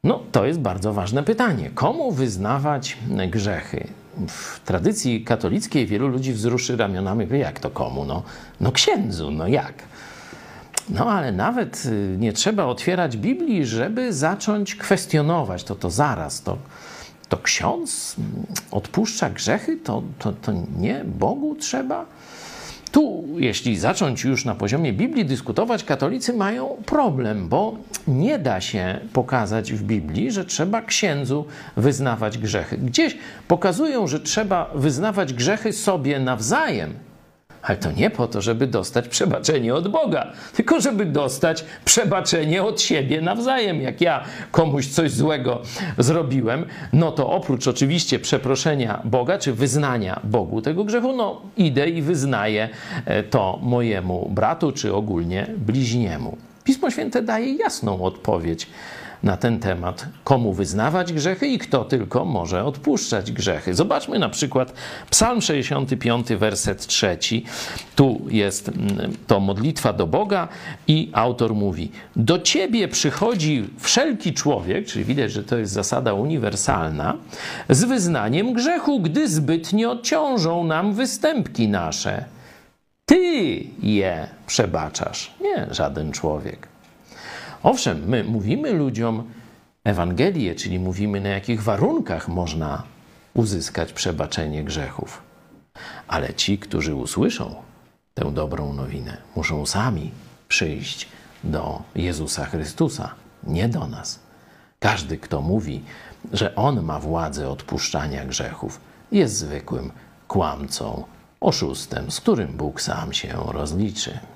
No, to jest bardzo ważne pytanie. Komu wyznawać grzechy? W tradycji katolickiej wielu ludzi wzruszy ramionami, jak to komu? No księdzu, no jak? No ale nawet nie trzeba otwierać Biblii, żeby zacząć kwestionować to zaraz. To ksiądz odpuszcza grzechy? To nie Bogu trzeba? Tu, jeśli zacząć już na poziomie Biblii dyskutować, katolicy mają problem, bo nie da się pokazać w Biblii, że trzeba księdzu wyznawać grzechy. Gdzieś pokazują, że trzeba wyznawać grzechy sobie nawzajem, ale to nie po to, żeby dostać przebaczenie od Boga, tylko żeby dostać przebaczenie od siebie nawzajem. Jak ja komuś coś złego zrobiłem, no to oprócz oczywiście przeproszenia Boga, czy wyznania Bogu tego grzechu, no idę i wyznaję to mojemu bratu, czy ogólnie bliźniemu. Pismo Święte daje jasną odpowiedź na ten temat, komu wyznawać grzechy i kto tylko może odpuszczać grzechy. Zobaczmy na przykład Psalm 65, werset 3. Tu jest to modlitwa do Boga i autor mówi: do Ciebie przychodzi wszelki człowiek, czyli widać, że to jest zasada uniwersalna, z wyznaniem grzechu, gdy zbytnio ciążą nam występki nasze. Ty je przebaczasz, nie żaden człowiek. Owszem, my mówimy ludziom Ewangelię, czyli mówimy, na jakich warunkach można uzyskać przebaczenie grzechów. Ale ci, którzy usłyszą tę dobrą nowinę, muszą sami przyjść do Jezusa Chrystusa, nie do nas. Każdy, kto mówi, że On ma władzę odpuszczania grzechów, jest zwykłym kłamcą, oszustem, z którym Bóg sam się rozliczy.